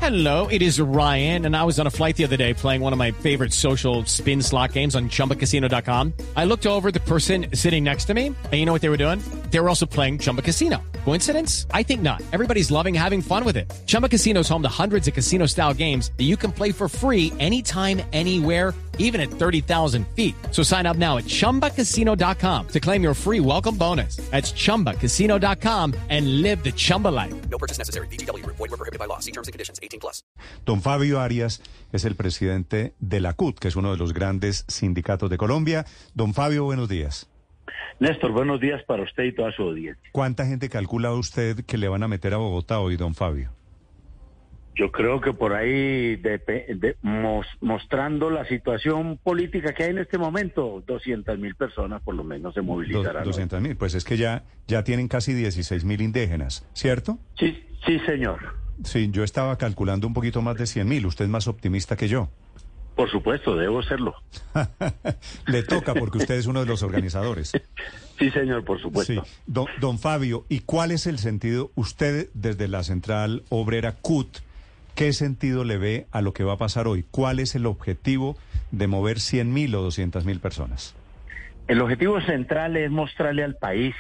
Hello, it is Ryan, and I was on a flight the other day playing one of my favorite social spin slot games on ChumbaCasino.com. I looked over at the person sitting next to me, and you know what they were doing? They were also playing Chumba Casino. Coincidence? I think not. Everybody's loving having fun with it. Chumba Casino is home to hundreds of casino-style games that you can play for free anytime, anywhere, even at 30,000 feet. So sign up now at ChumbaCasino.com to claim your free welcome bonus. That's ChumbaCasino.com and live the Chumba life. No purchase necessary. VGW. Void where prohibited by law. See terms and conditions. 18+. Don Fabio Arias es el presidente de la CUT, que es uno de los grandes sindicatos de Colombia. Don Fabio, buenos días. Néstor, buenos días para usted y toda su audiencia. ¿Cuánta gente calcula usted que le van a meter a Bogotá hoy, don Fabio? Yo creo que por ahí, mostrando la situación política que hay en este momento, 200.000 personas por lo menos se movilizarán. 200.000, pues es que ya tienen casi 16.000 indígenas, ¿cierto? Sí, señor. Sí, yo estaba calculando un poquito más de 100.000, usted es más optimista que yo. Por supuesto, debo serlo. Le toca porque usted es uno de los organizadores. Sí, señor, por supuesto. Sí. Don Fabio, ¿y cuál es el sentido, usted desde la Central Obrera CUT, qué sentido le ve a lo que va a pasar hoy? ¿Cuál es el objetivo de mover 100.000 o 200.000 personas? El objetivo central es mostrarle al país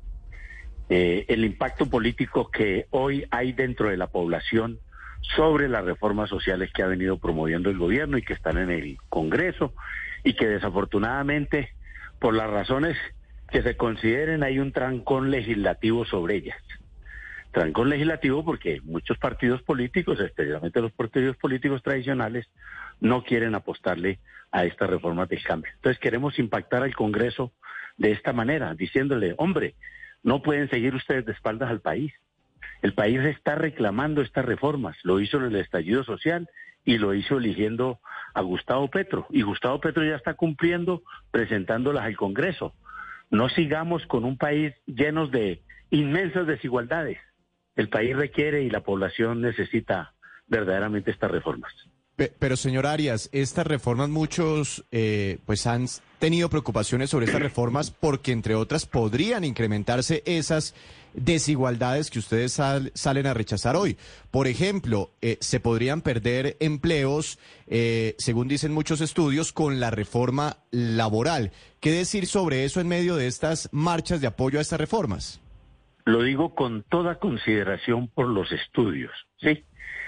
el impacto político que hoy hay dentro de la población sobre las reformas sociales que ha venido promoviendo el gobierno y que están en el Congreso y que desafortunadamente, por las razones que se consideren, hay un trancón legislativo sobre ellas. Trancón legislativo porque muchos partidos políticos, especialmente los partidos políticos tradicionales, no quieren apostarle a estas reformas del cambio. Entonces queremos impactar al Congreso de esta manera, diciéndole, hombre, no pueden seguir ustedes de espaldas al país. El país está reclamando estas reformas, lo hizo en el estallido social y lo hizo eligiendo a Gustavo Petro. Y Gustavo Petro ya está cumpliendo presentándolas al Congreso. No sigamos con un país lleno de inmensas desigualdades. El país requiere y la población necesita verdaderamente estas reformas. Pero señor Arias, estas reformas muchos pues han tenido preocupaciones sobre estas reformas porque entre otras podrían incrementarse esas desigualdades que ustedes salen a rechazar hoy. Por ejemplo, se podrían perder empleos, según dicen muchos estudios, con la reforma laboral. ¿Qué decir sobre eso en medio de estas marchas de apoyo a estas reformas? Lo digo con toda consideración por los estudios, ¿sí?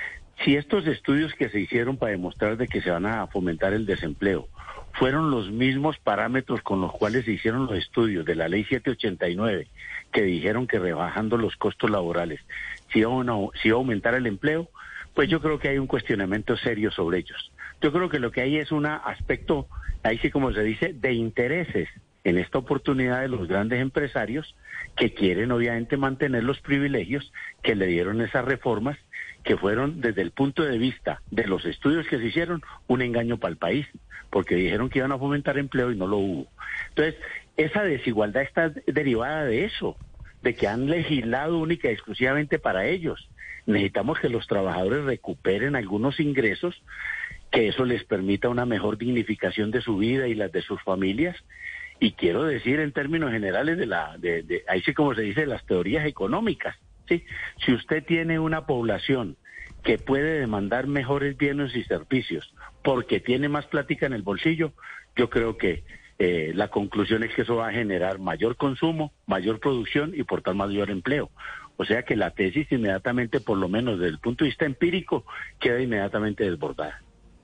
Si estos estudios que se hicieron para demostrar de que se van a fomentar el desempleo fueron los mismos parámetros con los cuales se hicieron los estudios de la ley 789, que dijeron que rebajando los costos laborales si iba a aumentar el empleo, pues yo creo que hay un cuestionamiento serio sobre ellos. Yo creo que lo que hay es un aspecto, ahí sí como se dice, de intereses en esta oportunidad de los grandes empresarios que quieren obviamente mantener los privilegios que le dieron esas reformas, que fueron desde el punto de vista de los estudios que se hicieron un engaño para el país, porque dijeron que iban a fomentar empleo y no lo hubo. Entonces, esa desigualdad está derivada de eso, de que han legislado única y exclusivamente para ellos. Necesitamos que los trabajadores recuperen algunos ingresos, que eso les permita una mejor dignificación de su vida y las de sus familias. Y quiero decir en términos generales ahí sí como se dice, de las teorías económicas. Sí, si usted tiene una población que puede demandar mejores bienes y servicios porque tiene más plática en el bolsillo, yo creo que la conclusión es que eso va a generar mayor consumo, mayor producción y por tal mayor empleo. O sea que la tesis inmediatamente, por lo menos desde el punto de vista empírico, queda inmediatamente desbordada.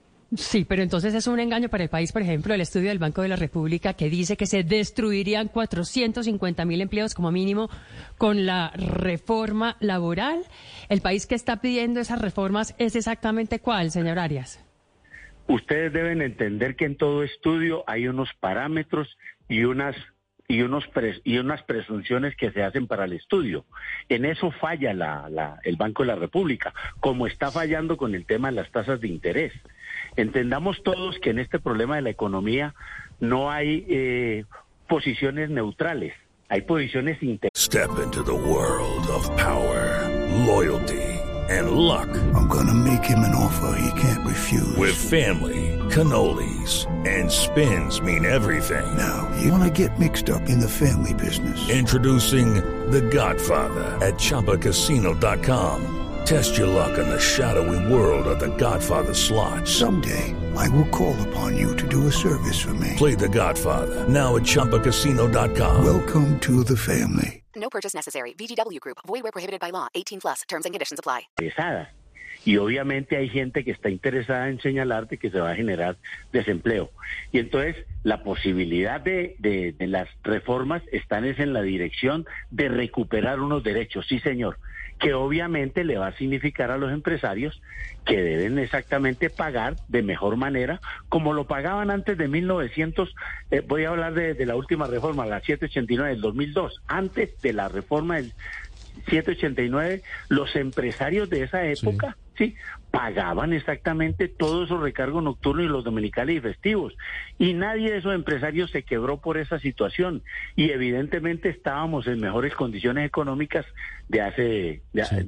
Sí, pero entonces es un engaño para el país, por ejemplo, el estudio del Banco de la República que dice que se destruirían 450.000 empleos como mínimo con la reforma laboral. ¿El país que está pidiendo esas reformas es exactamente cuál, señor Arias? Ustedes deben entender que en todo estudio hay unos parámetros y unas presunciones que se hacen para el estudio. En eso falla el Banco de la República, como está fallando con el tema de las tasas de interés. Entendamos todos que en este problema de la economía no hay posiciones neutrales, hay posiciones Step into the world of power, loyalty, and luck. I'm gonna make him an offer he can't refuse. With family, cannolis, and spins mean everything. Now, you wanna get mixed up in the family business. Introducing The Godfather at ChumbaCasino.com. Test your luck in the shadowy world of The Godfather slot. Someday, I will call upon you to do a service for me. Play The Godfather, now at ChumbaCasino.com. Welcome to the family. No purchase necessary. VGW Group. Void where prohibited by law. 18+. Terms and conditions apply. Y obviamente hay gente que está interesada en señalar de que se va a generar desempleo. Y entonces la posibilidad de las reformas están en la dirección de recuperar unos derechos, sí señor, que obviamente le va a significar a los empresarios que deben exactamente pagar de mejor manera como lo pagaban antes de 1900, voy a hablar de la última reforma, la 789 del 2002, antes de la reforma del 789, los empresarios de esa época, sí, pagaban exactamente todos esos recargos nocturnos y los dominicales y festivos. Y nadie de esos empresarios se quebró por esa situación. Y evidentemente estábamos en mejores condiciones económicas de hace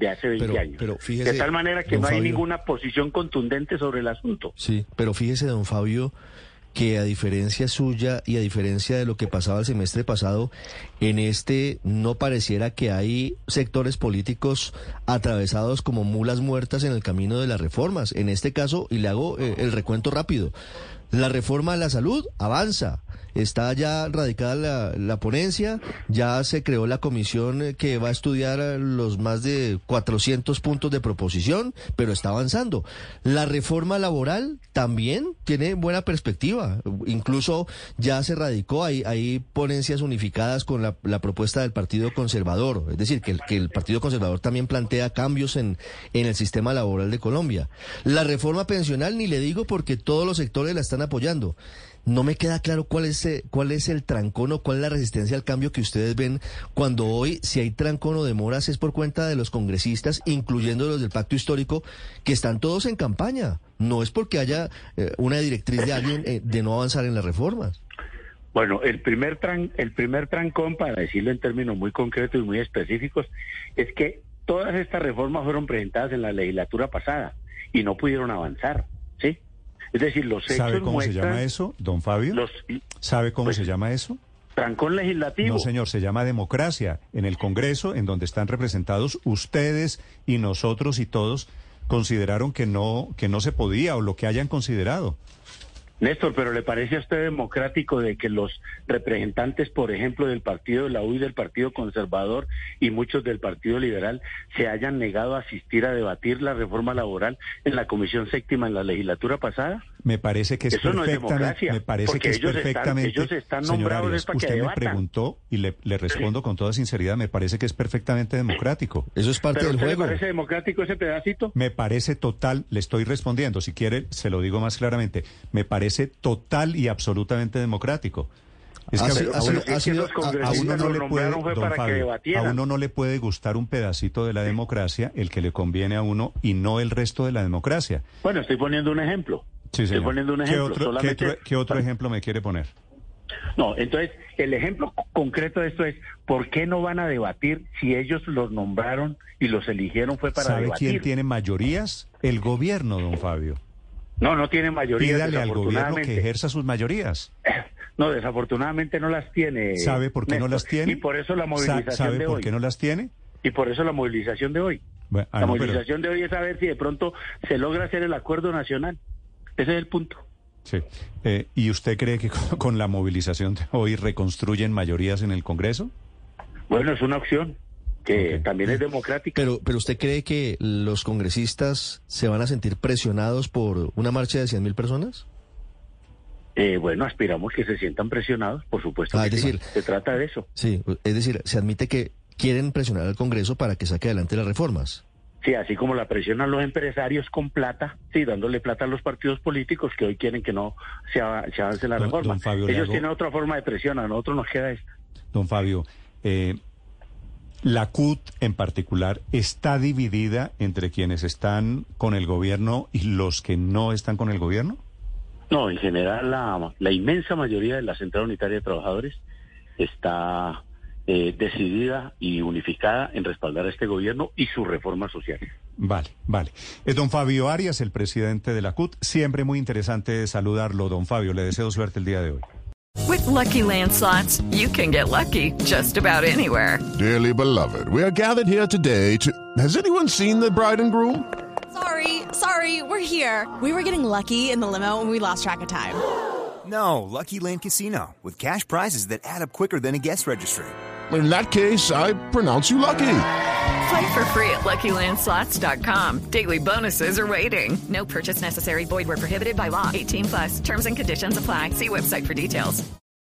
20 años. Pero fíjese, de tal manera que no hay Fabio, ninguna posición contundente sobre el asunto. Sí, pero fíjese, don Fabio, que a diferencia suya y a diferencia de lo que pasaba el semestre pasado, en este no pareciera que hay sectores políticos atravesados como mulas muertas en el camino de las reformas. En este caso, y le hago el recuento rápido, la reforma a la salud avanza. Está ya radicada la ponencia, ya se creó la comisión que va a estudiar los más de 400 puntos de proposición, pero está avanzando. La reforma laboral también tiene buena perspectiva, incluso ya se radicó, hay ponencias unificadas con la propuesta del Partido Conservador, es decir, que el Partido Conservador también plantea cambios en el sistema laboral de Colombia. La reforma pensional ni le digo porque todos los sectores la están apoyando. No me queda claro cuál es el trancón o cuál es la resistencia al cambio que ustedes ven cuando hoy, si hay trancón o demoras, es por cuenta de los congresistas, incluyendo los del Pacto Histórico, que están todos en campaña. No es porque haya una directriz de alguien de no avanzar en las reformas. Bueno, el primer trancón, para decirlo en términos muy concretos y muy específicos, es que todas estas reformas fueron presentadas en la legislatura pasada y no pudieron avanzar, ¿sí? Es decir, los hechos ¿Sabe cómo muestran, se llama eso, don Fabio? ¿Sabe cómo se llama eso? Trancón legislativo. No, señor, se llama democracia. En el Congreso, en donde están representados ustedes y nosotros y todos, consideraron que no se podía, o lo que hayan considerado. Néstor, ¿pero le parece a usted democrático de que los representantes, por ejemplo, del Partido de la U y del Partido Conservador y muchos del Partido Liberal se hayan negado a asistir a debatir la reforma laboral en la Comisión Séptima en la legislatura pasada? Me parece que es eso perfectamente, no es democracia, me parece porque que es ellos perfectamente, ellos están señor nombrados Arias, para que usted me debatan. preguntó y le respondo con toda sinceridad, me parece que es perfectamente democrático. Eso es parte ¿Pero del usted juego. le parece democrático ese pedacito? Me parece total, le estoy respondiendo, si quiere se lo digo más claramente, me parece total y absolutamente democrático. Es que a uno no le puede, don Fabio, a uno no le puede gustar un pedacito de la democracia, el que le conviene a uno y no el resto de la democracia. Bueno, estoy poniendo un ejemplo. Sí, señor. Estoy poniendo un ejemplo. ¿Qué otro ejemplo me quiere poner? No, entonces, el ejemplo concreto de esto es, ¿por qué no van a debatir si ellos los nombraron y los eligieron fue para debatir? ¿Sabe quién tiene mayorías? El gobierno, don Fabio. No tiene mayorías. Pídale al gobierno que ejerza sus mayorías. No, desafortunadamente no las tiene. ¿Sabe por qué Néstor, no las tiene? Y por eso la movilización de hoy. ¿Sabe por qué no las tiene? Y por eso la movilización de hoy. Bueno, la movilización de hoy es saber si de pronto se logra hacer el acuerdo nacional. Ese es el punto. Sí. ¿Y usted cree que con la movilización de hoy reconstruyen mayorías en el Congreso? Bueno, es una opción que también es democrática. Pero ¿usted cree que los congresistas se van a sentir presionados por una marcha de 100.000 personas? Bueno, aspiramos que se sientan presionados, por supuesto. Es decir, se trata de eso. Sí, es decir, se admite que quieren presionar al Congreso para que saque adelante las reformas. Sí, así como la presionan los empresarios con plata, sí, dándole plata a los partidos políticos que hoy quieren que no se avance la reforma. Don Fabio, ellos tienen otra forma de presión, a nosotros nos queda esta. Don Fabio, la CUT en particular está dividida entre quienes están con el gobierno y los que no están con el gobierno. No, en general la inmensa mayoría de la Central Unitaria de Trabajadores está decidida y unificada en respaldar a este gobierno y sus reformas sociales. Vale. Es don Fabio Arias, el presidente de la CUT. Siempre muy interesante saludarlo, don Fabio. Le deseo suerte el día de hoy. With Lucky Land Slots, you can get lucky just about anywhere. Dearly beloved, we are gathered here today to... Has anyone seen the bride and groom? Sorry, we're here. We were getting lucky in the limo and we lost track of time. No, Lucky Land Casino, with cash prizes that add up quicker than a guest registry. In that case, I pronounce you lucky. Play for free at LuckyLandSlots.com. Daily bonuses are waiting. No purchase necessary. Void where prohibited by law. 18+. Terms and conditions apply. See website for details.